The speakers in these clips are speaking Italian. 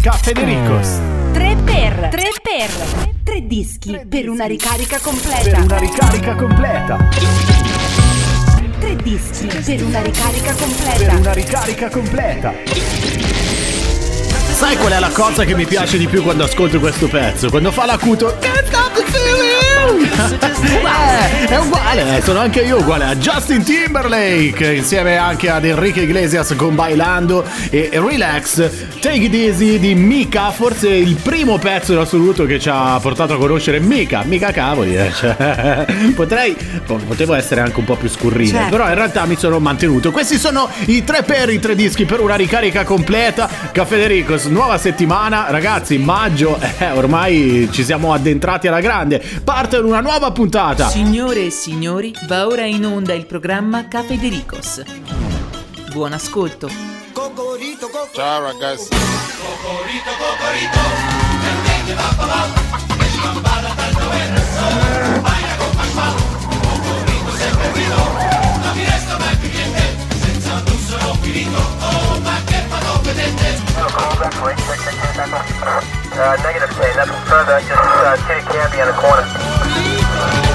Cafedericos. 3 dischi per una ricarica completa. 3 dischi per una ricarica completa. Sai qual è la cosa che mi piace di più quando ascolto questo pezzo? Quando fa l'acuto Can't stop the feeling. È uguale, sono anche io uguale a Justin Timberlake, insieme anche ad Enrique Iglesias con Bailando e Relax. Take It Easy di Mika, forse il primo pezzo in assoluto che ci ha portato a conoscere Mika cavoli, cioè, potevo essere anche un po' più scurrile, certo. Però in realtà mi sono mantenuto. Questi sono i 3 dischi per una ricarica completa. Cafedericos, nuova settimana, ragazzi, maggio, ormai ci siamo addentrati alla grande, parte una nuova puntata. Signore e signori, va ora in onda il programma Cafedericos. Buon ascolto. Ciao ragazzi. Negative 10, nothing further, just Titty Candy on the corner.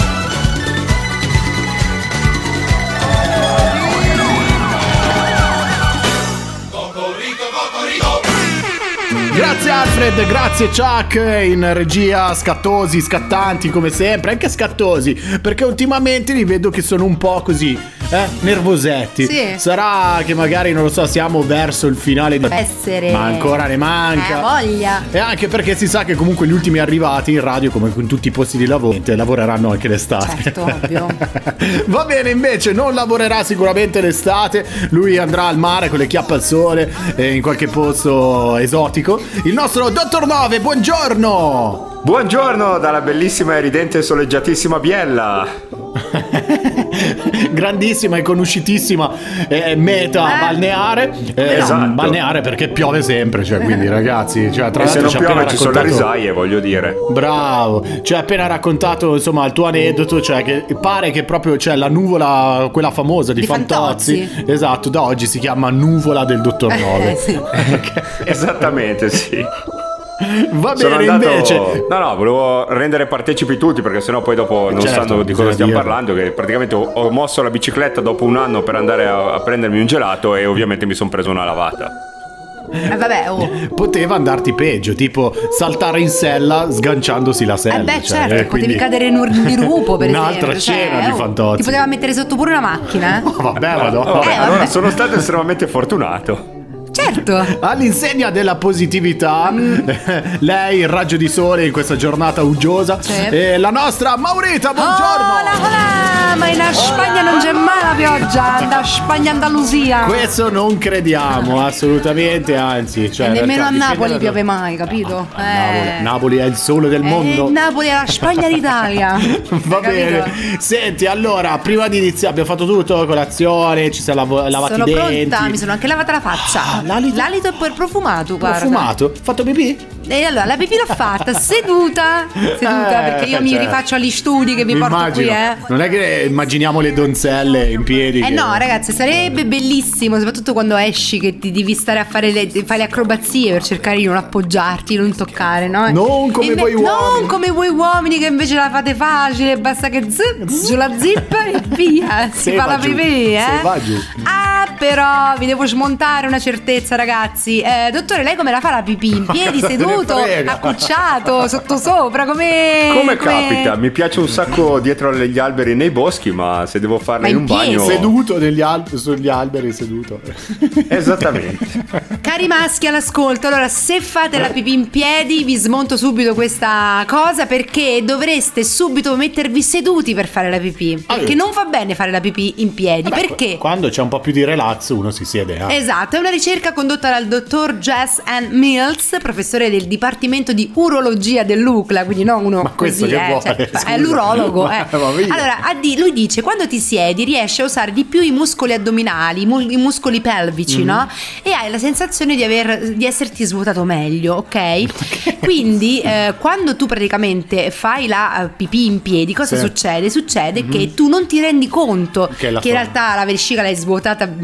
Grazie Alfred, grazie Chuck in regia, scattosi, scattanti come sempre, anche scattosi, perché ultimamente li vedo che sono un po' così, nervosetti. Sì. Sarà che magari, non lo so, siamo verso il finale di... essere. Ma ancora ne manca. Voglia. E anche perché si sa che comunque gli ultimi arrivati in radio, come in tutti i posti di lavoro, lavoreranno anche l'estate. Certo, ovvio. Va bene, invece non lavorerà sicuramente l'estate, lui andrà al mare con le chiappe al sole, in qualche posto esotico. Il nostro Dottor Nove, buongiorno! Buongiorno dalla bellissima e ridente e soleggiatissima Biella. Grandissima e conosciutissima meta balneare. Esatto. Balneare perché piove sempre, cioè, quindi ragazzi, cioè, tra e se l'altro non piove ci sono le risaie, voglio dire. Bravo, cioè appena raccontato insomma il tuo aneddoto, cioè che pare che proprio c'è la nuvola, quella famosa di Fantozzi. Esatto, da oggi si chiama nuvola del Dottor Nove. Sì. Esattamente, sì. Va bene, invece. No, volevo rendere partecipi tutti, perché sennò poi dopo non certo, sanno di cosa stiamo dire. parlando. Che praticamente ho mosso la bicicletta dopo un anno per andare a prendermi un gelato e ovviamente mi sono preso una lavata. Vabbè, Poteva andarti peggio, tipo saltare in sella sganciandosi la sella. Certo, potevi cadere in un dirupo, per un'altra esempio. scena di Fantozzi. Ti poteva mettere sotto pure una macchina. Vabbè, madonna. Allora sono stato estremamente fortunato. Certo. All'insegna della positività, lei il raggio di sole in questa giornata uggiosa, e la nostra Maurita, buongiorno. Hola, ma in Spagna non c'è mai la pioggia, da Spagna Andalusia. Questo non crediamo assolutamente, anzi, cioè, nemmeno a dipende Napoli piove mai, capito? Napoli è il sole del mondo. Napoli è la Spagna d'Italia. Va bene. Senti, allora, prima di iniziare abbiamo fatto tutto, colazione, ci siamo lavati i denti. Sono pronta, mi sono anche lavata la faccia. L'alito è poi profumato, guarda. Profumato? Fatto pipì? E allora la pipì l'ho fatta seduta perché io mi rifaccio agli studi che vi porto qui, Non è che immaginiamo le donzelle in piedi. No, ragazzi, sarebbe bellissimo, soprattutto quando esci, che ti devi stare a fare le acrobazie per cercare di non appoggiarti, non toccare, no? Non come voi uomini. Non come voi uomini che invece la fate facile, basta che giù la zip e via, si fa la pipì, va giù. Però vi devo smontare una certezza, ragazzi. Dottore, lei come la fa la pipì? In piedi, seduto, accucciato, sottosopra, come capita? Mi piace un sacco dietro agli alberi nei boschi, ma se devo farla in un bagno seduto sugli alberi, seduto. Esattamente. Cari maschi all'ascolto, allora se fate la pipì in piedi vi smonto subito questa cosa, perché dovreste subito mettervi seduti per fare la pipì, perché non va bene fare la pipì in piedi. Perché? Quando c'è un po' più di relax uno si siede. Esatto, è una ricerca condotta dal dottor Jess Ann Mills, professore del Dipartimento di Urologia dell'UCLA, quindi non uno questo così, che vuole, è l'urologo. Allora, lui dice, quando ti siedi riesci a usare di più i muscoli addominali, i muscoli pelvici, no? E hai la sensazione di esserti svuotato meglio, ok? Quindi quando tu praticamente fai la pipì in piedi, cosa succede? Succede che tu non ti rendi conto che in realtà la vescica l'hai svuotata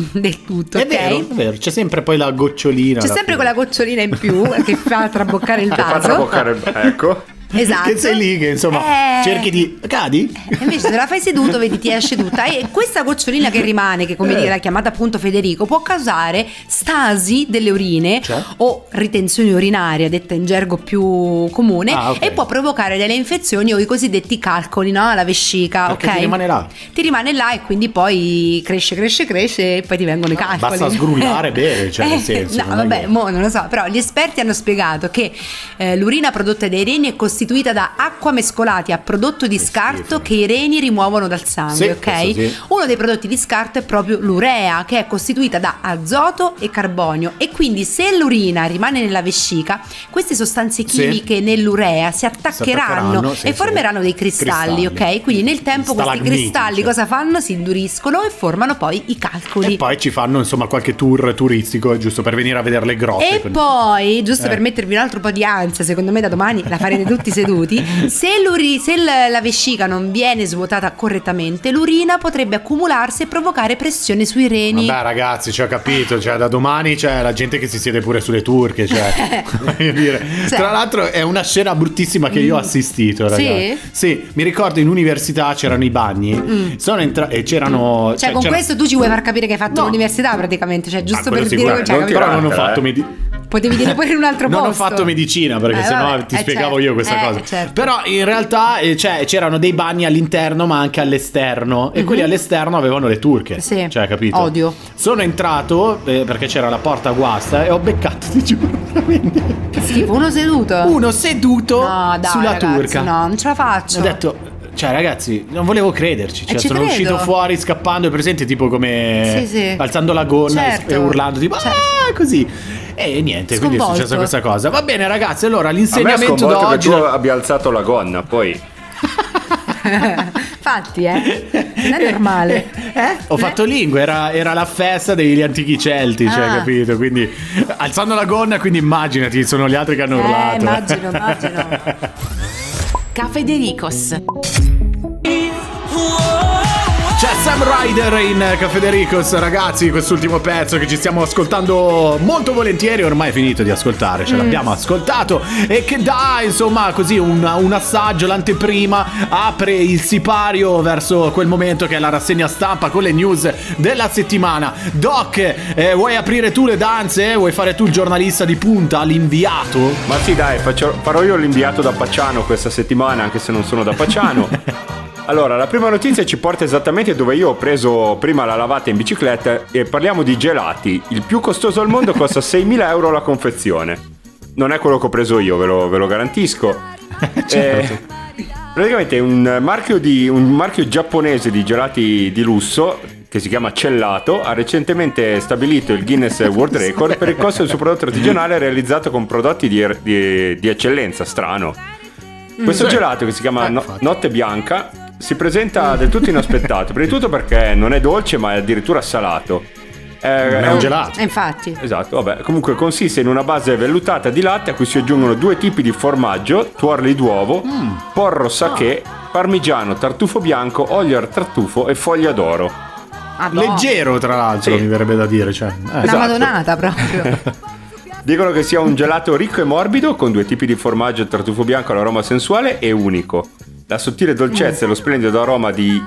del tutto, È ok? vero, è vero, c'è sempre poi la gocciolina. C'è sempre quella gocciolina in più che fa traboccare il vaso. Ecco. Esatto. Che sei lì, che insomma cerchi di... Cadi? Invece se la fai seduto, vedi, ti esce tutta. E questa gocciolina che rimane, che come dire l'ha chiamata appunto Federico, può causare stasi delle urine, Cioè? o ritenzione urinaria, detta in gergo più comune, Ah, ok. e può provocare delle infezioni o i cosiddetti calcoli, no? La vescica, Perché ok? ti rimane là. Ti rimane là e quindi poi cresce e poi ti vengono i calcoli. Basta sgrullare e bere, cioè, nel senso, No, non è vabbè, che- non lo so, però gli esperti hanno spiegato che l'urina prodotta dai reni è costituita da acqua mescolati a prodotto di scarto schifo. che i reni rimuovono dal sangue, Sì, ok? questo sì. Uno dei prodotti di scarto è proprio l'urea, che è costituita da azoto e carbonio, e quindi se l'urina rimane nella vescica, queste sostanze Sì. chimiche nell'urea si attaccheranno sì, e sì. formeranno dei cristalli, ok? Quindi nel tempo questi Stalagmiti, cristalli cioè. cosa fanno? Si induriscono e formano poi i calcoli. E poi ci fanno insomma qualche tour turistico, giusto per venire a vedere le grotte. E quindi- poi, giusto per mettervi un altro po' di ansia, secondo me da domani la farete tutti seduti, se la vescica non viene svuotata correttamente, l'urina potrebbe accumularsi e provocare pressione sui reni. Vabbè ragazzi, ci ho capito, cioè da domani c'è la gente che si siede pure sulle turche, cioè, voglio dire. Cioè. Tra l'altro è una scena bruttissima che io ho assistito, Sì? ragazzi. Sì, mi ricordo in università c'erano i bagni, sono e c'erano... Cioè, con c'era- questo tu ci vuoi far capire che hai fatto No. l'università praticamente, cioè giusto quello per dire sicuramente, cioè, non capito? però non ho Tirate, fatto Potevi dire pure in un altro non posto. ho fatto medicina perché sennò vabbè, ti spiegavo certo. io questa cosa. Certo. Però in realtà c'erano dei bagni all'interno ma anche all'esterno e quelli all'esterno avevano le turche. Sì. Cioè, capito? Odio. Sono entrato perché c'era la porta guasta e ho beccato, ti giuro, veramente, Che schifo, uno seduto? uno seduto No, dai, sulla ragazzi, turca. no, non ce la faccio. Ho detto, cioè ragazzi, non volevo crederci, cioè ci sono credo. uscito fuori scappando, è presente tipo come Sì, sì. alzando la gonna Certo. e urlando tipo Certo. così. E niente, quindi è Sconvolto. successa questa cosa. Va bene ragazzi, allora A me è l'insegnamento sconvolto che d'oggi tu abbia alzato la gonna, poi... Infatti, non è normale. Ho fatto lingue, era la festa degli antichi Celti, cioè, Ah. capito? Quindi alzando la gonna, quindi immaginati, sono gli altri che hanno urlato. Immagino. Caffè De Ricos. C'è Sam Ryder in Caffè De Ricos, ragazzi, quest'ultimo pezzo che ci stiamo ascoltando molto volentieri, ormai è finito di ascoltare, ce l'abbiamo ascoltato e che dà insomma così un assaggio, l'anteprima, apre il sipario verso quel momento che è la rassegna stampa con le news della settimana. Doc, vuoi aprire tu le danze? Vuoi fare tu il giornalista di punta, l'inviato? Ma sì dai, farò io l'inviato da Pacciano questa settimana, anche se non sono da Pacciano. Allora, la prima notizia ci porta esattamente dove io ho preso prima la lavata in bicicletta e parliamo di gelati. Il più costoso al mondo costa 6.000 euro la confezione. Non è quello che ho preso io, ve lo garantisco. Praticamente è un marchio giapponese di gelati di lusso che si chiama Cellato ha recentemente stabilito il Guinness World Record per il costo del suo prodotto artigianale realizzato con prodotti di eccellenza. Strano. Questo Sì. gelato che si chiama infatti. Notte Bianca si presenta del tutto inaspettato. Prima di tutto perché non è dolce ma è addirittura salato. È un gelato. Infatti. Esatto, vabbè. Comunque consiste in una base vellutata di latte a cui si aggiungono 2 tipi di formaggio, tuorli d'uovo, porro sake, parmigiano, tartufo bianco, olio al tartufo e foglia d'oro. Leggero tra l'altro, Sì. mi verrebbe da dire, cioè. Una Esatto. madonnata proprio. Dicono che sia un gelato ricco e morbido con 2 tipi di formaggio, tartufo bianco all'aroma sensuale e unico. La sottile dolcezza e lo splendido aroma di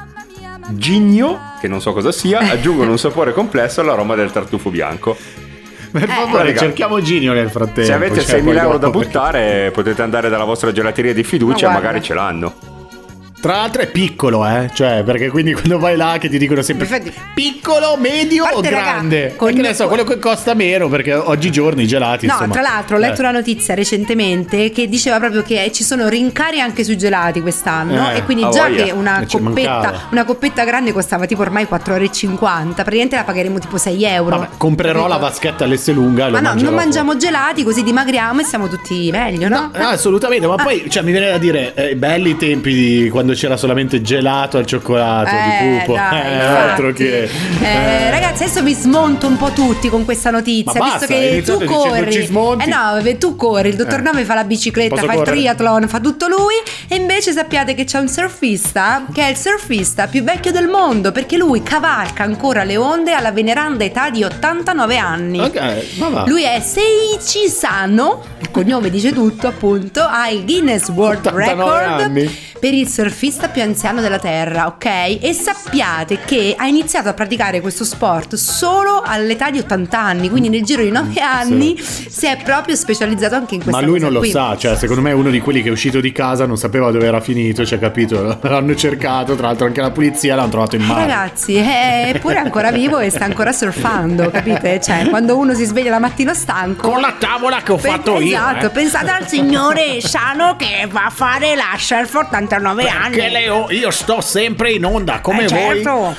gigno, che non so cosa sia, aggiungono un sapore complesso all'aroma del tartufo bianco. Per favore, raga, cerchiamo Ginio nel frattempo. Se avete cioè, 6.000 poi euro da dopo- buttare potete andare dalla vostra gelateria di fiducia, Ma guarda. magari ce l'hanno. Tra l'altro è piccolo, cioè, perché quindi quando vai là che ti dicono sempre Infatti- piccolo, medio o Parte, raga, grande? con- Perché ne so, quello che costa meno, perché oggigiorno i gelati, No, insomma. tra l'altro ho letto una notizia recentemente che diceva proprio che ci sono rincari anche sui gelati quest'anno e quindi a già voglia. che una Ci mancava. coppetta grande costava tipo ormai 4,50 €, praticamente la pagheremo tipo 6 euro. Vabbè, comprerò Capito? la vaschetta all'Esselunga e Ma lo no, mangerò non fuori. mangiamo gelati così dimagriamo e siamo tutti meglio, no? No, assolutamente, ma poi cioè, mi viene da dire belli i tempi di quando c'era solamente gelato al cioccolato di pupo. Dai, altro che ragazzi, adesso vi smonto un po' tutti con questa notizia. Ma visto basta, che tu corri, ci smonti. no, tu corri, il dottor Nome fa la bicicletta, Posso fa correre? il triathlon, fa tutto lui. E invece sappiate che c'è un surfista che è il surfista più vecchio del mondo, perché lui cavalca ancora le onde alla veneranda età di 89 anni. Ok, ma va. Lui è Seiichi Sano, il cognome dice tutto, appunto, ha il Guinness World 89 Record anni. per il surfista più anziano della Terra, ok? E sappiate che ha iniziato a praticare questo sport solo all'età di 80 anni, quindi nel giro di 9 anni si è proprio specializzato anche in questa Ma lui cosa non lo qui. sa, cioè secondo me è uno di quelli che è uscito di casa, non sapeva dove era finito, cioè capito? L'hanno cercato, tra l'altro anche la polizia l'hanno trovato in mare. Ragazzi, è pure ancora vivo e sta ancora surfando, capite? Cioè, quando uno si sveglia la mattina stanco, Con la tavola che ho fatto io. esatto, pensate al signore Sano che va a fare la surf 89 anni. Perché io sto sempre in onda come voi. Certo.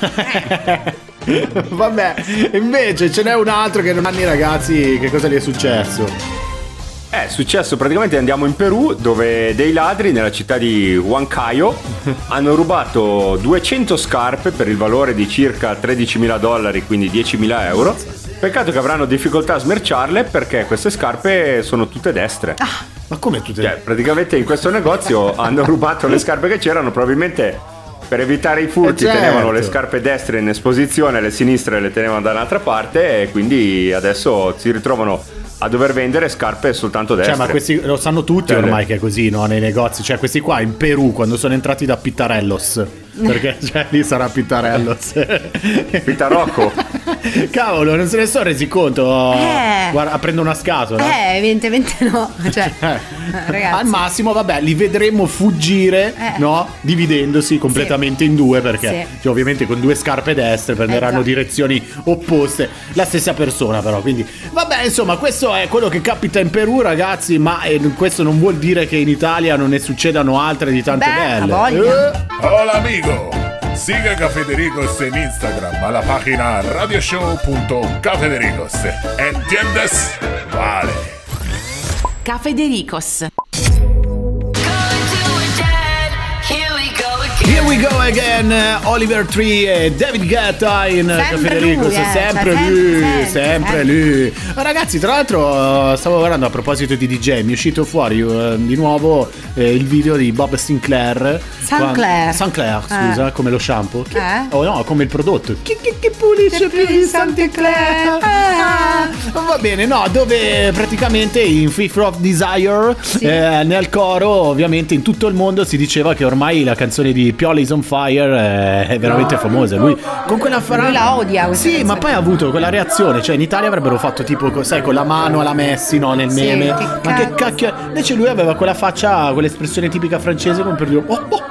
Vabbè, invece ce n'è un altro che non hanno i ragazzi, che cosa gli è successo? È successo praticamente, andiamo in Perù, dove dei ladri nella città di Huancayo hanno rubato 200 scarpe per il valore di circa $13.000, quindi 10.000 euro. Peccato che avranno difficoltà a smerciarle perché queste scarpe sono tutte destre. Ma come tutte? Cioè, praticamente in questo negozio hanno rubato le scarpe che c'erano, probabilmente per evitare i furti certo. tenevano le scarpe destre in esposizione, le sinistre le tenevano da un'altra parte, e quindi adesso si ritrovano a dover vendere scarpe soltanto destre. Cioè, ma questi lo sanno tutti Cioè, ormai che è così, no? Nei negozi. Cioè, questi qua in Perù, quando sono entrati da Pittarellos, perché cioè, lì sarà Pittarellos. Pitarocco. Cavolo, non se ne sono resi conto. Guarda, prendo una scatola. Evidentemente no. Cioè, ragazzi. Al massimo, vabbè, li vedremo fuggire, no? Dividendosi completamente in due, perché cioè, ovviamente con due scarpe destre prenderanno direzioni opposte. La stessa persona, però. Quindi, vabbè, insomma, questo è quello che capita in Perù, ragazzi. Ma questo non vuol dire che in Italia non ne succedano altre di tante belle. Voglia. Hola amigo, siga Cafedericos en Instagram a la página radioshow.cafedericos. ¿Entiendes? Vale. Cafedericos. Here we go again, Oliver Tree e David Guetta in Cafedericos, sempre lui. Ma ragazzi, tra l'altro stavo guardando, a proposito di DJ, mi è uscito fuori di nuovo il video di Bob Sinclair. Sinclair, scusa, come lo shampoo. Oh no, come il prodotto. Che pulisce più di Sinclair. Va bene, no, dove praticamente in Fifth of Desire, nel coro, ovviamente in tutto il mondo si diceva che ormai la canzone di Pioli is on Fire è veramente famosa. Lui con quella Lui la odia. Sì, ma poi ha avuto quella reazione. Cioè in Italia avrebbero fatto tipo, sai, con la mano alla Messi, no, nel meme. Ma che cacchio è? Invece lui aveva quella faccia, quell'espressione tipica francese, come per dire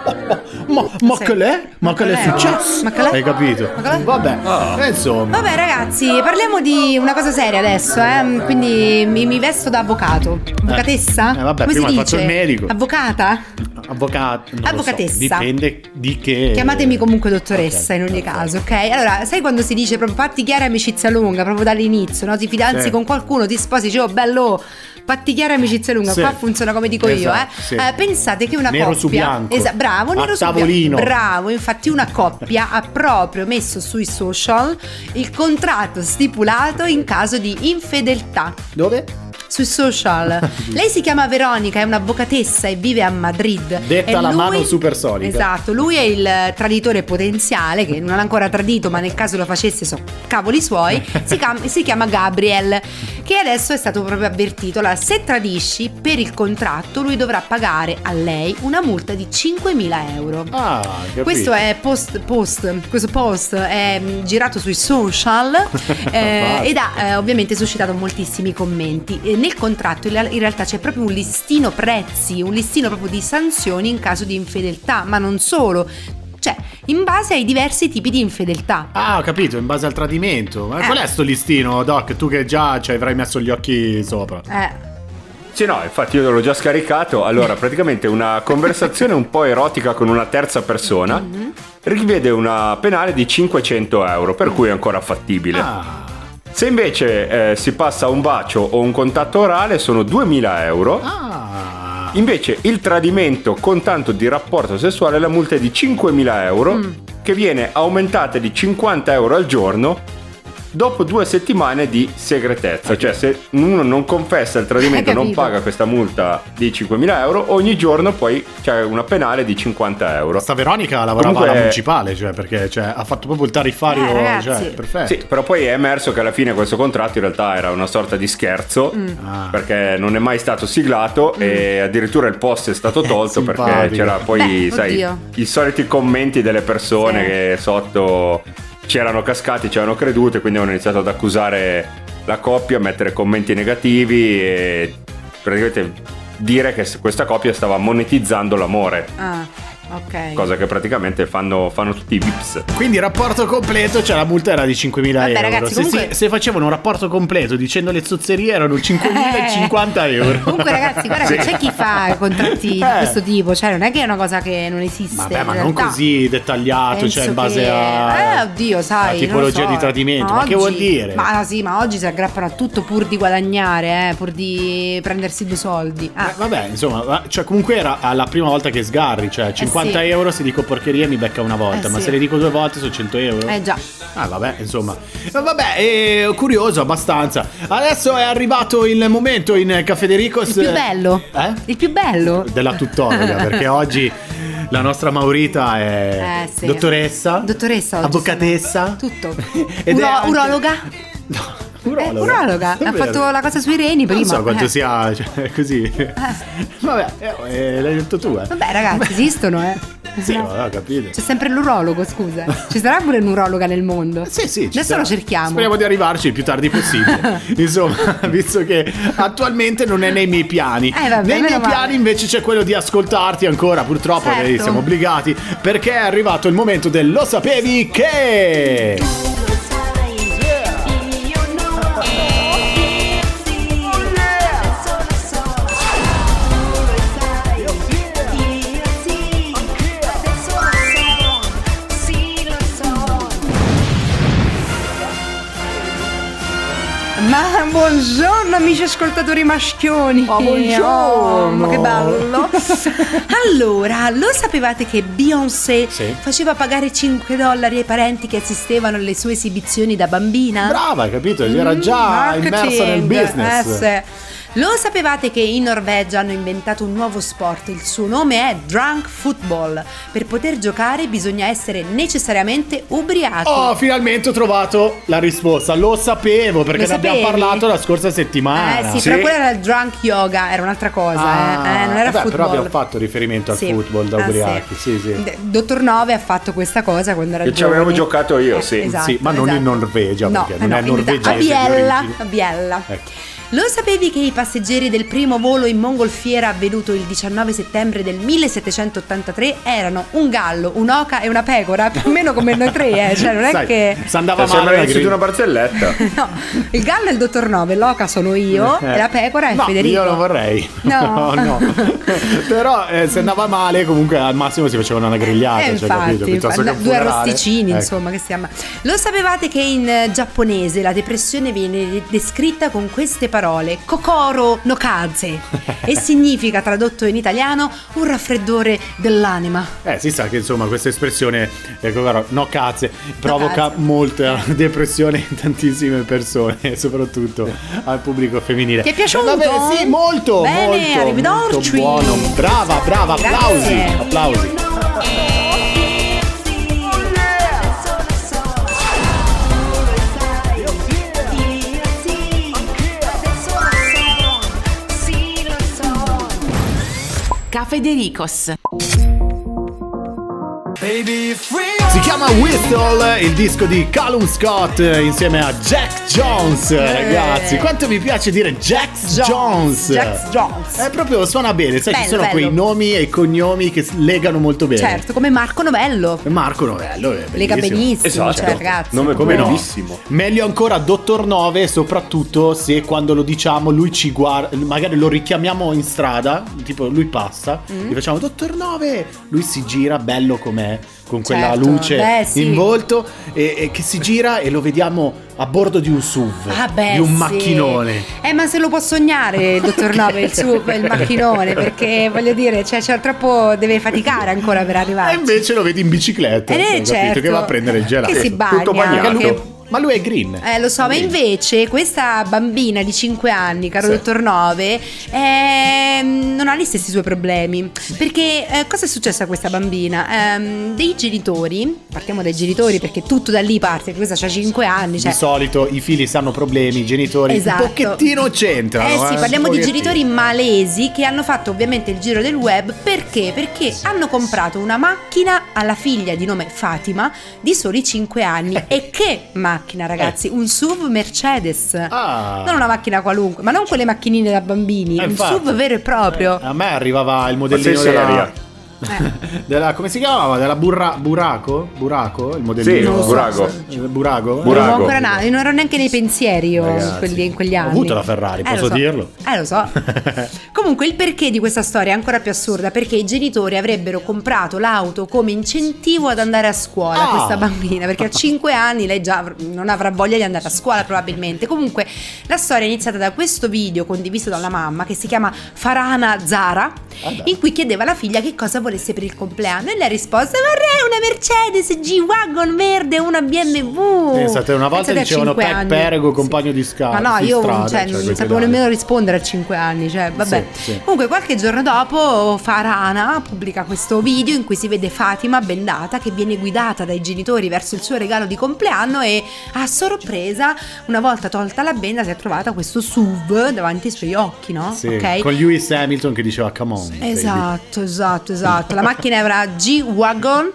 ma che l'è? Ma che l'è successo? Ma che l'è? Hai capito? Vabbè, insomma. Vabbè ragazzi, parliamo di una cosa seria adesso, quindi mi vesto da avvocato. Avvocatessa? Vabbè, come prima si hai dice? fatto il medico. Avvocata? Avvocatessa. Dipende di che. Chiamatemi comunque dottoressa in ogni caso, ok? Allora, sai quando si dice proprio patti chiari, amicizia lunga, proprio dall'inizio, no? Ti fidanzi con qualcuno, ti sposi, dici oh bello, patti chiari, amicizia lunga. Qua funziona come dico io, pensate che una nero coppia su bianco. Bravo, nero su tavolino. bianco. Bravo, infatti una coppia ha proprio messo sui social il contratto stipulato in caso di infedeltà. Dove? Sui social. Lei si chiama Veronica, è un'avvocatessa e vive a Madrid. Detta la mano super solida. Esatto, lui è il traditore potenziale, che non ha ancora tradito, ma nel caso lo facesse cavoli suoi. Si chiama Gabriel, che adesso è stato proprio avvertito. Allora, se tradisci, per il contratto lui dovrà pagare a lei una multa di 5.000 euro. Questo è questo post è girato sui social ed ha ovviamente suscitato moltissimi commenti. Nel contratto in realtà c'è proprio un listino prezzi, un listino proprio di sanzioni in caso di infedeltà, ma non solo. Cioè, in base ai diversi tipi di infedeltà. Ho capito, in base al tradimento. Ma qual è sto listino, Doc? Tu che già ci avrai messo gli occhi sopra. Sì, no, infatti io l'ho già scaricato. Allora, praticamente una conversazione un po' erotica con una terza persona richiede una penale di 500 euro, per cui è ancora fattibile. Se invece si passa a un bacio o un contatto orale sono 2.000 euro. Invece il tradimento con tanto di rapporto sessuale, la multa è di 5.000 euro, che viene aumentata di 50 euro al giorno dopo 2 settimane di segretezza. Cioè, se uno non confessa il tradimento, non paga questa multa di 5.000 euro, ogni giorno poi c'è una penale di 50 euro. Sta Veronica lavorava alla municipale, cioè, perché ha fatto proprio il tariffario, cioè, perfetto. Sì, però poi è emerso che alla fine questo contratto in realtà era una sorta di scherzo, perché non è mai stato siglato e addirittura il post è stato tolto perché c'era poi, i soliti commenti delle persone che sotto c'erano cascati, ci avevano creduto e quindi hanno iniziato ad accusare la coppia, a mettere commenti negativi e praticamente dire che questa coppia stava monetizzando l'amore. Ok. Cosa che praticamente fanno tutti i Vips. Quindi rapporto completo, cioè la multa era di 5.000 euro. Ragazzi, comunque... se facevano un rapporto completo dicendo le zozzerie erano 5.050 euro. Comunque ragazzi, guarda che c'è chi fa contratti di questo tipo, cioè non è che è una cosa che non esiste. Vabbè, ma non così dettagliato. Penso cioè in base a oddio, sai, la tipologia di tradimento. Ma oggi, che vuol dire? Ma sì, ma oggi si aggrappano a tutto pur di guadagnare, pur di prendersi 2 soldi. Vabbè, insomma, cioè comunque era la prima volta che sgarri, cioè 50 euro se dico porcherie mi becca una volta, ma se le dico 2 volte sono 100 euro. Già. Vabbè, insomma. Vabbè, è curioso abbastanza. Adesso è arrivato il momento in Caffè Dericos. Il più bello. Il più bello della tuttologa, perché oggi la nostra Maurita è dottoressa, avvocatessa, tutto. Urologa? No. Urologa, ha fatto la cosa sui reni prima. Non so quanto sia, cioè, così. Vabbè, l'hai detto tu, Vabbè, ragazzi, esistono, Sì, ho capito. C'è sempre l'urologo, scusa. Ci sarà pure un'urologa nel mondo? Sì. Adesso lo cerchiamo. Speriamo di arrivarci il più tardi possibile. Insomma, visto che attualmente non è nei miei piani. Nei miei piani invece c'è quello di ascoltarti ancora, purtroppo siamo obbligati, perché è arrivato il momento del Lo sapevi che... Ma buongiorno amici ascoltatori maschioni. Buongiorno. Che bello. Allora, lo sapevate che Beyoncé faceva pagare $5 ai parenti che assistevano alle sue esibizioni da bambina? Brava, hai capito? Era già immersa nel business. Lo sapevate che in Norvegia hanno inventato un nuovo sport? Il suo nome è Drunk Football. Per poter giocare bisogna essere necessariamente ubriachi. Oh, finalmente ho trovato la risposta. Lo sapevo perché ne abbiamo parlato la scorsa settimana. Sì, però quello era il Drunk Yoga, era un'altra cosa, non era football. Però abbiamo fatto riferimento al football da ubriachi. Sì. Dottor Nove ha fatto questa cosa quando era giovane. Ci avevo giocato io, esatto, ma non in Norvegia, perché non è norvegese. A Biella. Ecco. Lo sapevi che i passeggeri del primo volo in mongolfiera avvenuto il 19 settembre del 1783 erano un gallo, un'oca e una pecora? Più o meno come noi tre, cioè non è che... Se andava male di una barzelletta. No, il gallo è il dottor Nove, l'oca sono io e la pecora è Federico. Io lo vorrei. No. Però se andava male comunque al massimo si facevano una grigliata, infatti, piuttosto che 2 arrosticini, insomma, che si chiama. Lo sapevate che in giapponese la depressione viene descritta con queste parole: kokoro no kaze, e significa, tradotto in italiano, un raffreddore dell'anima. Si sa che insomma questa espressione no kaze provoca molta depressione in tantissime persone, soprattutto al pubblico femminile. Ti è piaciuto? Sì, molto. Bene, arrivederci. Molto buono. Brava, applausi. Caffè Dericos. Si chiama Whistle, il disco di Callum Scott insieme a Jack Jones. Ragazzi, quanto mi piace dire Jack Jones. È proprio, suona bene, sai, ci sono quei nomi e cognomi che legano molto bene. Certo, come Marco Novello. Marco Novello è bellissimo. Lega benissimo, esatto. Cioè, ragazzi. Nome come bellissimo. No. Meglio ancora Dottor Nove, soprattutto se quando lo diciamo lui ci guarda, magari lo richiamiamo in strada, tipo lui passa, gli facciamo Dottor Nove, lui si gira bello com'è con quella Certo. luce Sì. in volto e che si gira e lo vediamo a bordo di un SUV, di un sì. macchinone. Ma se lo può sognare il dottor Nove, il SUV, il macchinone, perché voglio dire, c'è troppo, deve faticare ancora per arrivare. E invece lo vedi in bicicletta, capito? Certo. Che va a prendere il gelato. Che si bagna, tutto bagnato. che- Ma lui è green. Lo so, ma invece questa bambina di 5 anni, caro dottor Nove, non ha gli stessi suoi problemi. Perché cosa è successo a questa bambina? Dei genitori, partiamo dai genitori perché tutto da lì parte, questa ha 5 anni. Cioè, Di solito i figli sanno problemi, i genitori Esatto. un pochettino c'entrano. Sì, parliamo un di pochettino. genitori malesi che hanno fatto ovviamente il giro del web. Perché? Perché hanno comprato una macchina alla figlia di nome Fatima di soli 5 anni. E che macchina, ragazzi? Un SUV Mercedes. Ah. Non una macchina qualunque, ma non quelle macchinine da bambini, un Infatti. SUV vero e proprio. A me arrivava il modellino Ma sei seria? della come si chiamava? Della Buraco? Il modellino. Sì, Non lo so. Burago. Burago? Non Burago. avevo ancora nato, io non ero neanche nei pensieri io Ragazzi, in quegli anni. ho avuto la Ferrari, posso lo so. dirlo? Lo so. Comunque il perché di questa storia è ancora più assurda, perché i genitori avrebbero comprato l'auto come incentivo ad andare a scuola a questa bambina, perché a 5 anni lei già non avrà voglia di andare a scuola probabilmente. Comunque la storia è iniziata da questo video condiviso dalla mamma che si chiama Farhana Zara, in cui chiedeva alla figlia che cosa volesse per il compleanno e lei ha risposto: vorrei una Mercedes G-Wagon verde, una BMW. Pensate, una volta Pensate a dicevano 5 Peck anni. Perego, compagno di Ma no, di io strada, non quei sapevo pedali. nemmeno rispondere a 5 anni, cioè vabbè. Sì, sì. Comunque qualche giorno dopo Farhana pubblica questo video in cui si vede Fatima bendata che viene guidata dai genitori verso il suo regalo di compleanno e a sorpresa, una volta tolta la benda, si è trovata questo SUV davanti ai suoi occhi, no? Sì, Ok? con Lewis Hamilton che diceva come on. baby. Esatto. La macchina era G-Wagon.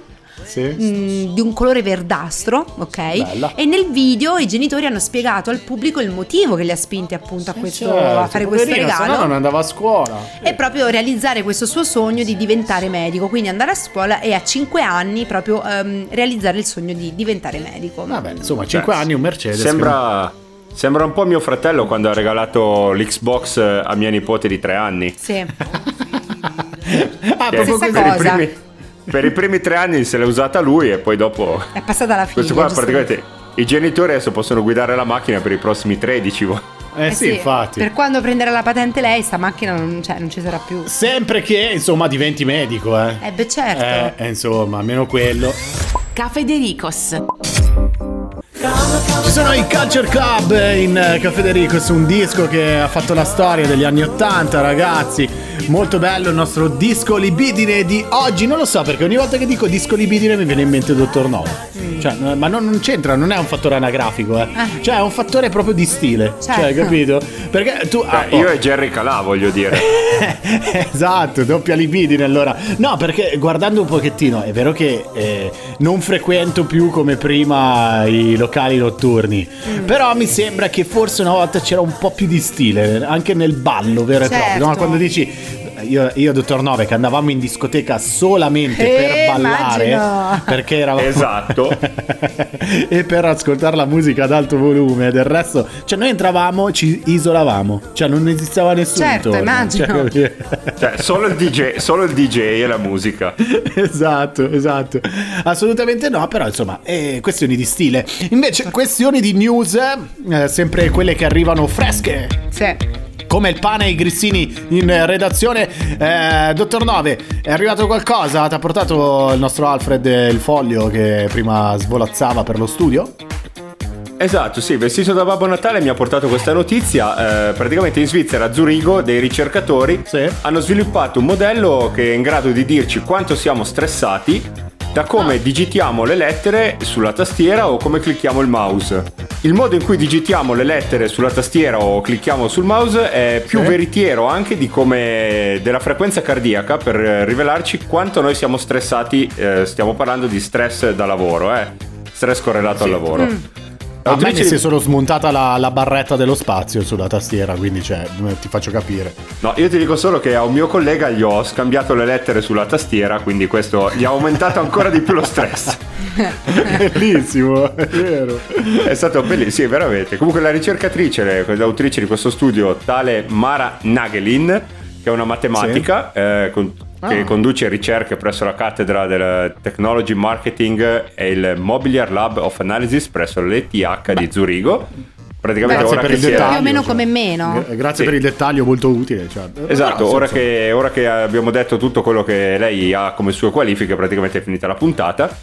Sì. Di un colore verdastro, ok? Bella. E nel video i genitori hanno spiegato al pubblico il motivo che li ha spinti appunto a Certo, fare questo poverino, se regalo. no non andava a scuola. È proprio realizzare questo suo sogno di diventare medico, quindi andare a scuola e a 5 anni proprio realizzare il sogno di diventare medico. Vabbè, insomma, 5 anni un Mercedes. Sembra un po' mio fratello quando ha regalato l'Xbox a mia nipote di 3 anni. Sì. proprio Stessa così. cosa. Per i primi 3 anni se l'è usata lui e poi dopo... È passata alla figlia. Questo qua giustamente. praticamente i genitori adesso possono guidare la macchina per i prossimi 13. Sì, infatti. Per quando prenderà la patente lei, sta macchina non ci sarà più. Sempre che, insomma, diventi medico, Beh, certo. Insomma, almeno quello. Cafedericos. Ci sono i Culture Club in Cafedericos, un disco che ha fatto la storia degli anni 80, ragazzi. Molto bello il nostro disco libidine di oggi. Non lo so perché ogni volta che dico disco libidine mi viene in mente Dottor No. Cioè, ma non c'entra, non è un fattore anagrafico, Cioè, è un fattore proprio di stile. Certo. Cioè, capito? Perché tu. Io e Jerry Calà, voglio dire. Esatto, doppia libidine allora. No, perché guardando un pochettino, è vero che non frequento più come prima i locali notturni, però mi sembra che forse una volta c'era un po' più di stile anche nel ballo vero e proprio, no? Quando dici io Dottor Nove che andavamo in discoteca solamente per ballare, immagino. perché eravamo Esatto. e per ascoltare la musica ad alto volume, del resto, cioè noi entravamo, ci isolavamo, cioè non esisteva nessuno Certo, intorno. immagino. Cioè, solo il DJ e la musica. Esatto, assolutamente no, però insomma questioni di stile. Invece questioni di news, sempre quelle che arrivano fresche, Sì. come il pane e i grissini in redazione. Dottor Nove, è arrivato qualcosa? Ti ha portato il nostro Alfred il foglio che prima svolazzava per lo studio? Esatto, sì, vestito da Babbo Natale mi ha portato questa notizia. Praticamente in Svizzera, a Zurigo, dei ricercatori hanno sviluppato un modello che è in grado di dirci quanto siamo stressati da come digitiamo le lettere sulla tastiera o come clicchiamo il mouse. Il modo in cui digitiamo le lettere sulla tastiera o clicchiamo sul mouse è più veritiero anche di come della frequenza cardiaca, per rivelarci quanto noi siamo stressati. Stiamo parlando di stress da lavoro, stress correlato al lavoro. A me mi si è solo smontata la barretta dello spazio sulla tastiera, quindi cioè ti faccio capire. No, io ti dico solo che a un mio collega gli ho scambiato le lettere sulla tastiera, quindi questo gli ha aumentato ancora di più lo stress. Bellissimo, è vero. È stato bellissimo, sì, veramente. Comunque la ricercatrice, l'autrice di questo studio, tale Mara Nagelin, che è una matematica, che conduce ricerche presso la cattedra del Technology Marketing e il Mobiliar Lab of Analysis presso l'ETH di Zurigo. Praticamente Grazie ora per che il si è... dettaglio, più o meno come me, no? Grazie Sì. per il dettaglio molto utile. Cioè. Esatto, Però, ora che abbiamo detto tutto quello che lei ha come sue qualifiche, praticamente è finita la puntata.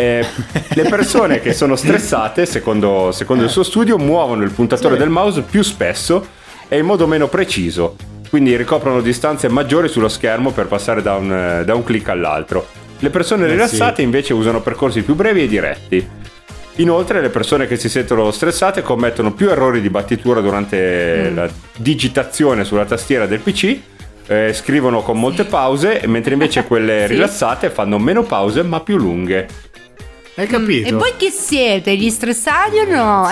Le persone che sono stressate, secondo il suo studio, muovono il puntatore del mouse più spesso e in modo meno preciso, quindi ricoprono distanze maggiori sullo schermo per passare da un click all'altro. Le persone rilassate invece usano percorsi più brevi e diretti. Inoltre le persone che si sentono stressate commettono più errori di battitura durante la digitazione sulla tastiera del PC, scrivono con molte pause, mentre invece quelle rilassate fanno meno pause ma più lunghe. Hai capito? E voi chi siete? Gli stressati o no?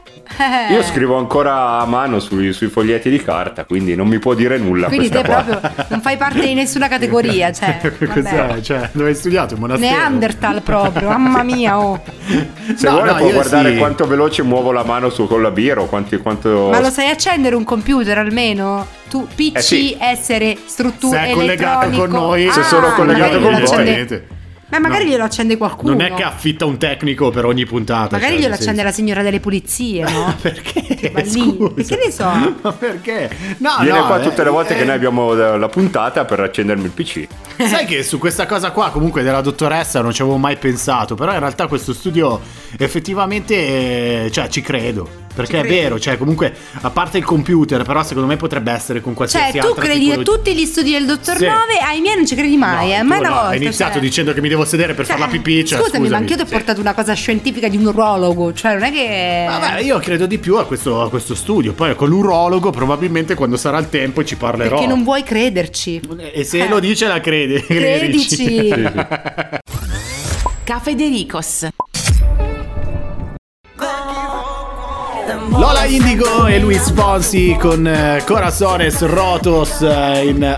Io scrivo ancora a mano sui foglietti di carta, quindi non mi può dire nulla. Quindi te questa qua. proprio non fai parte di nessuna categoria, cioè. Cos'è? Cioè, dove hai studiato? Il monastero? Neanderthal proprio, mamma mia, oh. Se No, vuole no, può io guardare sì. quanto veloce muovo la mano con la birra o quanto... Ma lo sai accendere un computer almeno? Tu PC, sì. essere struttura Se è collegato elettronico. con noi, se sono collegato magari con glielo voi. accende- Niente. Ma magari glielo accende qualcuno. Non è che affitta un tecnico per ogni puntata. Magari cioè, glielo nel accende senso. la signora delle pulizie, no? Perché? Ma lì, Scusa. che ne so? Ma perché? No, Viene no, qua tutte le volte che noi abbiamo la puntata per accendermi il PC. Sai che su questa cosa qua comunque della dottoressa non ci avevo mai pensato, però in realtà questo studio effettivamente cioè ci credo. Perché è vero, cioè comunque a parte il computer, però secondo me potrebbe essere con qualsiasi Cioè, tu altra credi a tipologia. tutti gli studi del dottor Sì. Nove, ai miei non ci credi mai, No, mai tu una no, volta. hai iniziato cioè. dicendo che mi devo sedere per fare la pipì, cioè, scusami, ma anch'io ti ho portato una cosa scientifica di un urologo, cioè non è che... Vabbè, io credo di più a questo studio. Poi con l'urologo probabilmente quando sarà il tempo ci parlerò. Perché non vuoi crederci. E se lo dice la credi. Credici. Cafedericos. Lola Indigo e Luis Fonsi con Corazones Rotos in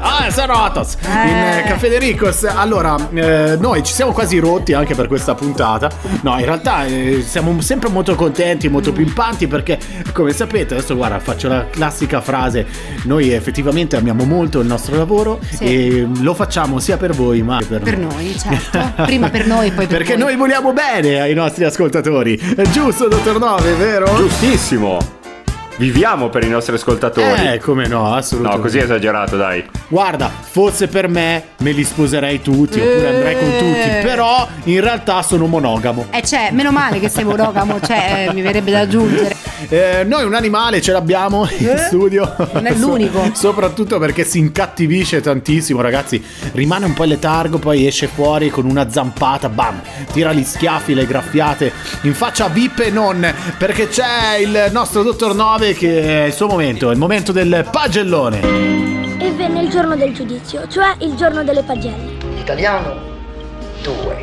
Caffè de Ricos. Allora, noi ci siamo quasi rotti anche per questa puntata. No, in realtà siamo sempre molto contenti, molto pimpanti perché, come sapete, adesso guarda, faccio la classica frase: noi effettivamente amiamo molto il nostro lavoro e lo facciamo sia per voi ma anche Per noi, certo. Prima per noi, poi per perché voi. noi vogliamo bene ai nostri ascoltatori. È giusto, dottor Nove, vero? Giustissimo. Viviamo per i nostri ascoltatori. Come no, assolutamente. No, così è esagerato, dai. Guarda, fosse per me me li sposerei tutti oppure andrei con tutti, però in realtà sono monogamo. Cioè, meno male che sei monogamo, cioè, mi verrebbe da aggiungere. Noi un animale ce l'abbiamo in studio. Non è l'unico. Soprattutto perché si incattivisce tantissimo, ragazzi. Rimane un po' in letargo, poi esce fuori con una zampata, bam, tira gli schiaffi, le graffiate in faccia VIP e non, perché c'è il nostro dottor Nove che è il suo momento, è il momento del pagellone. E venne il giorno del giudizio, cioè il giorno delle pagelle. Italiano 2,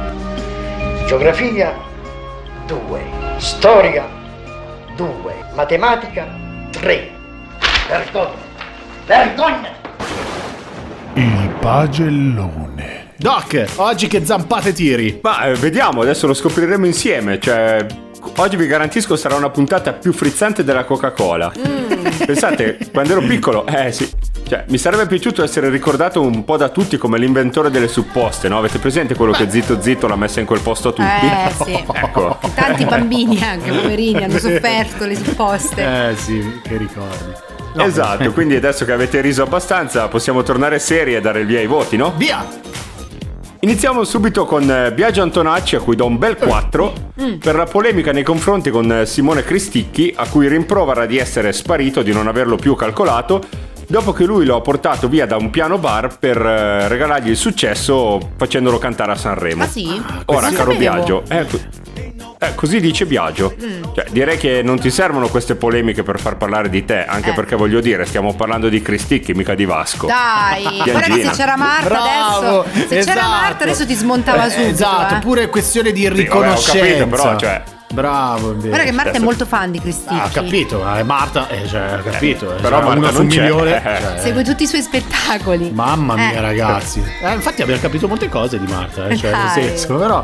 geografia 2, storia 2, matematica 3. Vergogna! Vergogna! Il pagellone. Doc, oggi che zampate tiri? Ma vediamo, adesso lo scopriremo insieme. Cioè, oggi vi garantisco sarà una puntata più frizzante della Coca-Cola. Pensate, quando ero piccolo, sì. Cioè, mi sarebbe piaciuto essere ricordato un po' da tutti come l'inventore delle supposte, no? Avete presente quello che zitto zitto l'ha messa in quel posto a tutti? Sì. Ecco. Tanti bambini anche, poverini, hanno sofferto le supposte. Sì, che ricordi. Esatto, quindi adesso che avete riso abbastanza possiamo tornare seri e dare il via ai voti, no? Via! Iniziamo subito con Biagio Antonacci, a cui do un bel 4 per la polemica nei confronti con Simone Cristicchi, a cui rimprovera di essere sparito, di non averlo più calcolato, dopo che lui lo ha portato via da un piano bar per regalargli il successo facendolo cantare a Sanremo. Ah sì? Ora, Non caro sapevo. Biagio, così dice Biagio. Cioè, direi che non ti servono queste polemiche per far parlare di te, anche perché voglio dire, stiamo parlando di Cristicchi, mica di Vasco. Dai, guarda che Piangina. se c'era Marta Bravo, adesso, se c'era Marta adesso ti smontava subito. Esatto, pure questione di Sì, vabbè, ho riconoscenza. capito, però, cioè... Bravo, invece. Guarda che Marta è Adesso- molto fan di Cristicchi. Ha capito, Marta, ha capito. però cioè, Marta una su non un c'è. milione. Cioè, Segue tutti i suoi spettacoli. mamma mia, ragazzi. Infatti abbiamo capito molte cose di Marta, cioè, nel Dai. senso, però.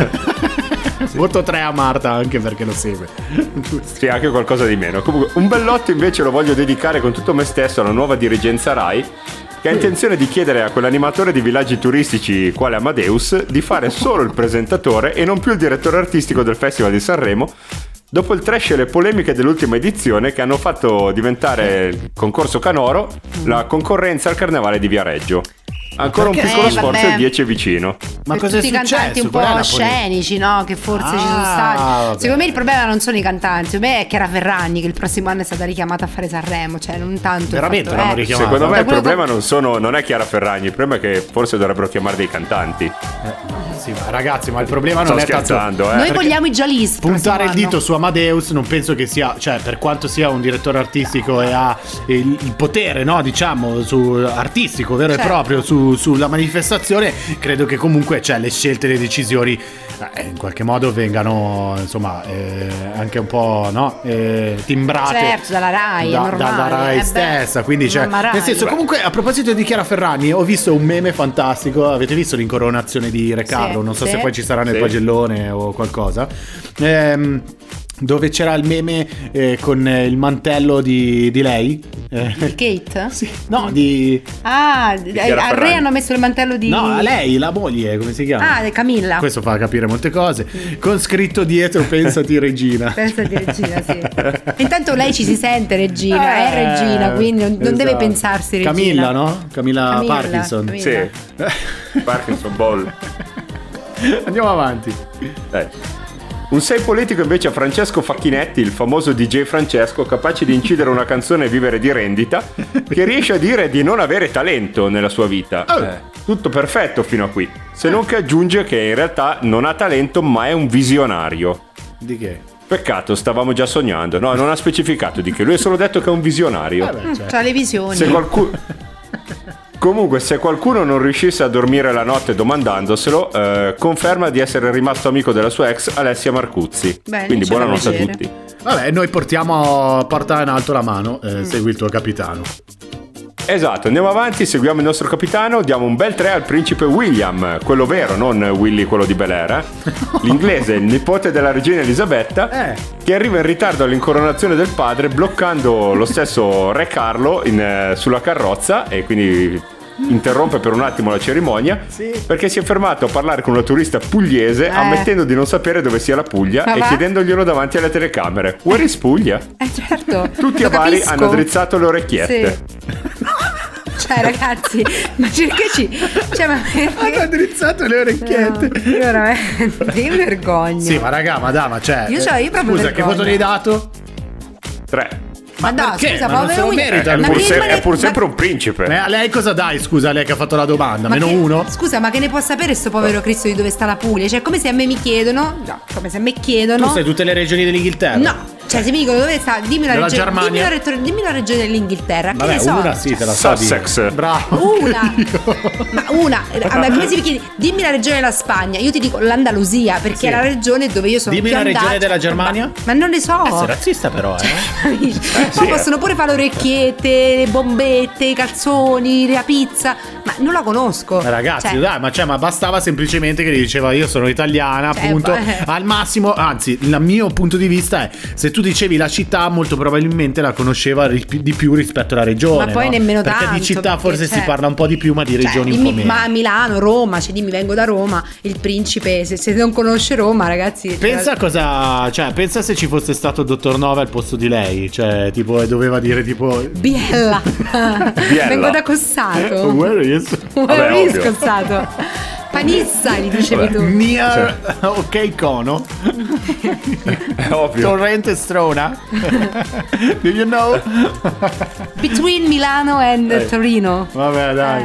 Voto 3 a Marta anche perché lo segue. Sì, anche qualcosa di meno. Comunque, un bellotto invece lo voglio dedicare con tutto me stesso alla nuova dirigenza Rai, che che ha intenzione di chiedere a quell'animatore di villaggi turistici quale Amadeus di fare solo il presentatore e non più il direttore artistico del Festival di Sanremo, dopo il trash e le polemiche dell'ultima edizione che hanno fatto diventare il concorso canoro la concorrenza al carnevale di Viareggio. Ancora un piccolo sforzo e il 10 è vicino. Ma cosa è successo? Tutti i cantanti un po' scenici, no? Che forse ci sono stati. Vabbè. Secondo me il problema non sono i cantanti, secondo me è Chiara Ferragni che il prossimo anno è stata richiamata a fare Sanremo, cioè non tanto. Veramente l'hanno richiamata. Secondo me il problema non è Chiara Ferragni, il problema è che forse dovrebbero chiamare dei cantanti. Sì, ma ragazzi, ma il problema non è tanto. Noi vogliamo i Jalis. Puntare il dito su Amadeus non penso che sia, cioè per quanto sia un direttore artistico e ha il potere, no, diciamo, artistico vero e proprio sulla manifestazione, credo che comunque le scelte, le decisioni in qualche modo vengano insomma anche un po', no, timbrate, certo, dalla Rai, è normale, dalla Rai stessa, quindi nel senso, comunque a proposito di Chiara Ferragni ho visto un meme fantastico, avete visto l'incoronazione di Re Carlo? Non so se poi ci sarà nel pagellone o qualcosa, dove c'era il meme con il mantello di lei, di Kate? Sì. No, di al re hanno messo il mantello di... No, a lei, la moglie, come si chiama? Camilla. Questo fa capire molte cose. Con scritto dietro pensati regina. Pensati regina, sì. Intanto lei ci si sente regina, è regina, quindi non deve pensarsi regina. Camilla, no? Camilla Parkinson. Camilla. Sì. Parkinson Ball. Andiamo avanti. Un 6 politico invece a Francesco Facchinetti, il famoso DJ Francesco, capace di incidere una canzone e vivere di rendita, che riesce a dire di non avere talento nella sua vita. Tutto perfetto fino a qui, se non che aggiunge che in realtà non ha talento ma è un visionario. Di che? Peccato, stavamo già sognando. No, non ha specificato di che, lui ha solo detto che è un visionario. C'ha le visioni. Comunque, se qualcuno non riuscisse a dormire la notte domandandoselo, conferma di essere rimasto amico della sua ex Alessia Marcuzzi. Bene, quindi buonanotte a tutti. Vabbè, noi porta in alto la mano, segui il tuo capitano. Esatto, andiamo avanti, seguiamo il nostro capitano, diamo un bel 3 al principe William, quello vero, non Willy quello di Bel Air, l'inglese, il nipote della regina Elisabetta, che arriva in ritardo all'incoronazione del padre, bloccando lo stesso re Carlo sulla carrozza e quindi interrompe per un attimo la cerimonia, perché si è fermato a parlare con una turista pugliese, ammettendo di non sapere dove sia la Puglia e chiedendoglielo davanti alle telecamere. Where is Puglia? Certo. Tutti a Bari hanno drizzato le orecchiette. Cioè ragazzi, ma hanno drizzato le orecchiette. Veramente, che vergogna. Sì, ma raga, ma cioè io proprio scusa, vergogna. che voto gli hai dato? 3. Ma no, perché? scusa, Ma non se lo merita. È pur sempre un principe. Ma a lei cosa dai, scusa, lei che ha fatto la domanda? -1? Scusa, ma che ne può sapere sto povero Cristo di dove sta la Puglia? Cioè, come se a me mi chiedono. No, come se a me chiedono. Tu sai tutte le regioni dell'Inghilterra? No. Cioè, se mi dicono dove sta, dimmi una regione. Dimmi una regione dell'Inghilterra. Vabbè, che ne so? Una sì, te la so. Sussex. Bravo. Una. Come se mi chiedi, dimmi la regione della Spagna. Io ti dico l'Andalusia, perché è la regione dove io sono. Dimmi una regione della Germania? Ma non ne so. Sei razzista, però, Poi possono pure fare le orecchiette, le bombette, i calzoni, la pizza. Ma non la conosco. Ragazzi, dai, ma bastava semplicemente che gli diceva io sono italiana, appunto. Al massimo, anzi, il mio punto di vista è, se tu dicevi la città, molto probabilmente la conosceva di più rispetto alla regione. Ma poi nemmeno perché tanto. Di città forse si parla un po' di più, ma di regioni un po' meno. Ma a Milano, Roma, dimmi vengo da Roma, il principe, se non conosce Roma, ragazzi. Pensa pensa se ci fosse stato il dottor Nova al posto di lei, cioè tipo doveva dire tipo Biella. Vengo da Cossato. Where is? Where is Cossato? Panissa, gli dicevi tu. Near ok Cono. Ovvio. Torrente Strona. Do you know? Between Milano and Torino. Vabbè, dai.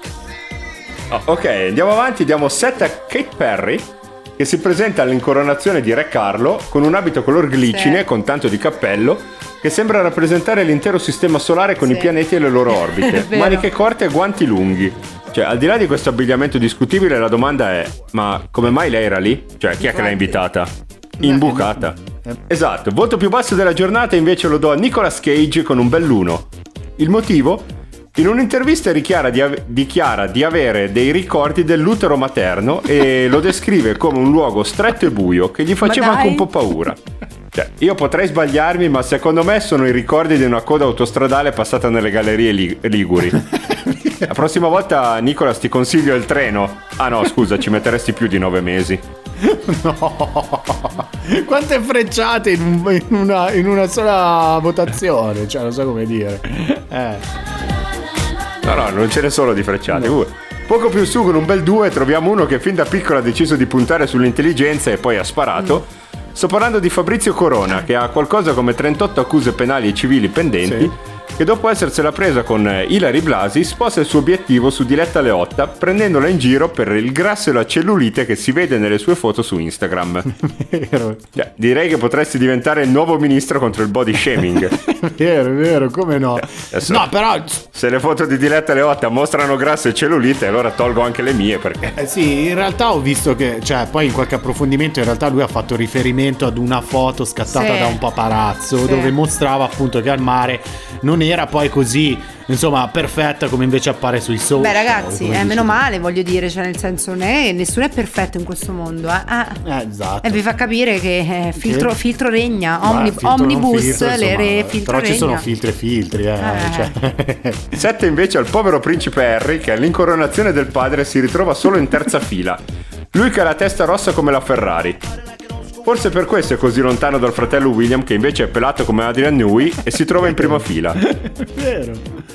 Ok, andiamo avanti, diamo 7 a Kate Perry, che si presenta all'incoronazione di Re Carlo con un abito color glicine con tanto di cappello che sembra rappresentare l'intero sistema solare con i pianeti e le loro orbite, maniche corte e guanti lunghi. Cioè, al di là di questo abbigliamento discutibile, la domanda è: ma come mai lei era lì? Cioè, chi è che l'ha invitata? Imbucata. Esatto, il voto più basso della giornata invece lo do a Nicolas Cage con un bell'1. Il motivo? In un'intervista dichiara di avere dei ricordi dell'utero materno e lo descrive come un luogo stretto e buio che gli faceva anche un po' paura. Cioè, io potrei sbagliarmi, ma secondo me sono i ricordi di una coda autostradale passata nelle gallerie liguri. La prossima volta, Nicolas, ti consiglio il treno. Ah no, scusa, ci metteresti più di 9 mesi. No, quante frecciate in una sola votazione, cioè non so come dire. No, non ce n'è solo di frecciate. Poco più su, con un bel 2, troviamo uno che fin da piccolo ha deciso di puntare sull'intelligenza e poi ha sparato. Sto parlando di Fabrizio Corona, che ha qualcosa come 38 accuse penali e civili pendenti. Sì. Che dopo essersela presa con Ilary Blasi sposa il suo obiettivo su Diletta Leotta, prendendola in giro per il grasso e la cellulite che si vede nelle sue foto su Instagram. Vero. Direi che potresti diventare il nuovo ministro contro il body shaming. Vero, come no? Adesso, no, però se le foto di Diletta Leotta mostrano grasso e cellulite, allora tolgo anche le mie, perché sì, in realtà ho visto che, cioè, poi in qualche approfondimento in realtà lui ha fatto riferimento ad una foto scattata da un paparazzo dove mostrava appunto che al mare non era poi così, insomma, perfetta come invece appare sui social. Beh, ragazzi, meno male, voglio dire, cioè nel senso, nessuno è perfetto in questo mondo. Esatto. E vi fa capire che filtro regna, omnibus, però ci sono filtri e filtri. Cioè. 7 invece al povero principe Harry, che all'incoronazione del padre si ritrova solo in terza fila. Lui che ha la testa rossa come la Ferrari. Forse per questo è così lontano dal fratello William, che invece è pelato come Adrian Newey e si trova in prima fila. Vero.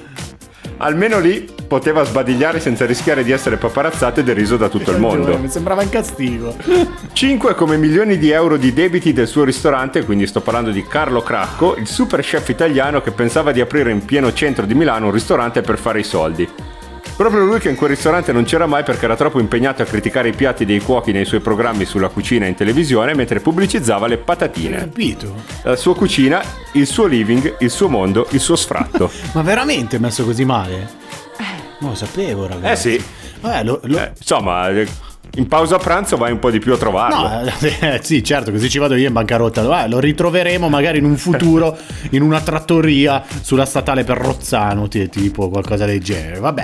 Almeno lì poteva sbadigliare senza rischiare di essere paparazzato e deriso da tutto il mondo. Mi sembrava in castigo. 5 come milioni di euro di debiti del suo ristorante, quindi sto parlando di Carlo Cracco, il super chef italiano che pensava di aprire in pieno centro di Milano un ristorante per fare i soldi. Proprio lui che in quel ristorante non c'era mai perché era troppo impegnato a criticare i piatti dei cuochi nei suoi programmi sulla cucina in televisione mentre pubblicizzava le patatine. Hai capito? La sua cucina, il suo living, il suo mondo, il suo sfratto. Ma veramente messo così male? Non lo sapevo, ragazzi. Sì. Insomma, in pausa pranzo vai un po' di più a trovarlo. No, sì, certo, così ci vado io in bancarotta. Lo ritroveremo magari in un futuro in una trattoria sulla statale per Rozzano, tipo qualcosa del genere. Vabbè.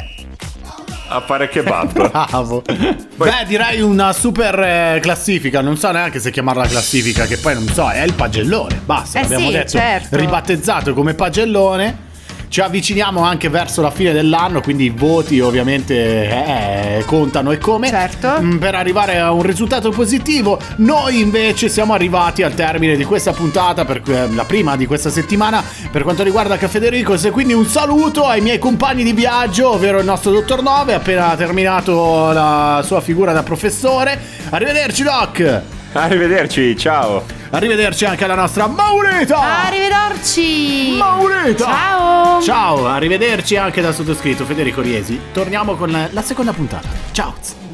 A fare kebab. Bravo. Beh, direi una super classifica. Non so neanche se chiamarla classifica, che poi non so, è il pagellone. Basta, l'abbiamo detto, certo. Ribattezzato come pagellone. Ci avviciniamo anche verso la fine dell'anno, quindi i voti ovviamente contano e come. Certo. Per arrivare a un risultato positivo. Noi invece siamo arrivati al termine di questa puntata, per la prima di questa settimana per quanto riguarda Caffè Dericos, e quindi un saluto ai miei compagni di viaggio, ovvero il nostro Dottor Nove, appena terminato la sua figura da professore. Arrivederci, Doc. Arrivederci, ciao. Arrivederci anche alla nostra Maureta. Arrivederci Maureta. Ciao, arrivederci anche dal sottoscritto Federico Riesi. Torniamo con la seconda puntata. Ciao.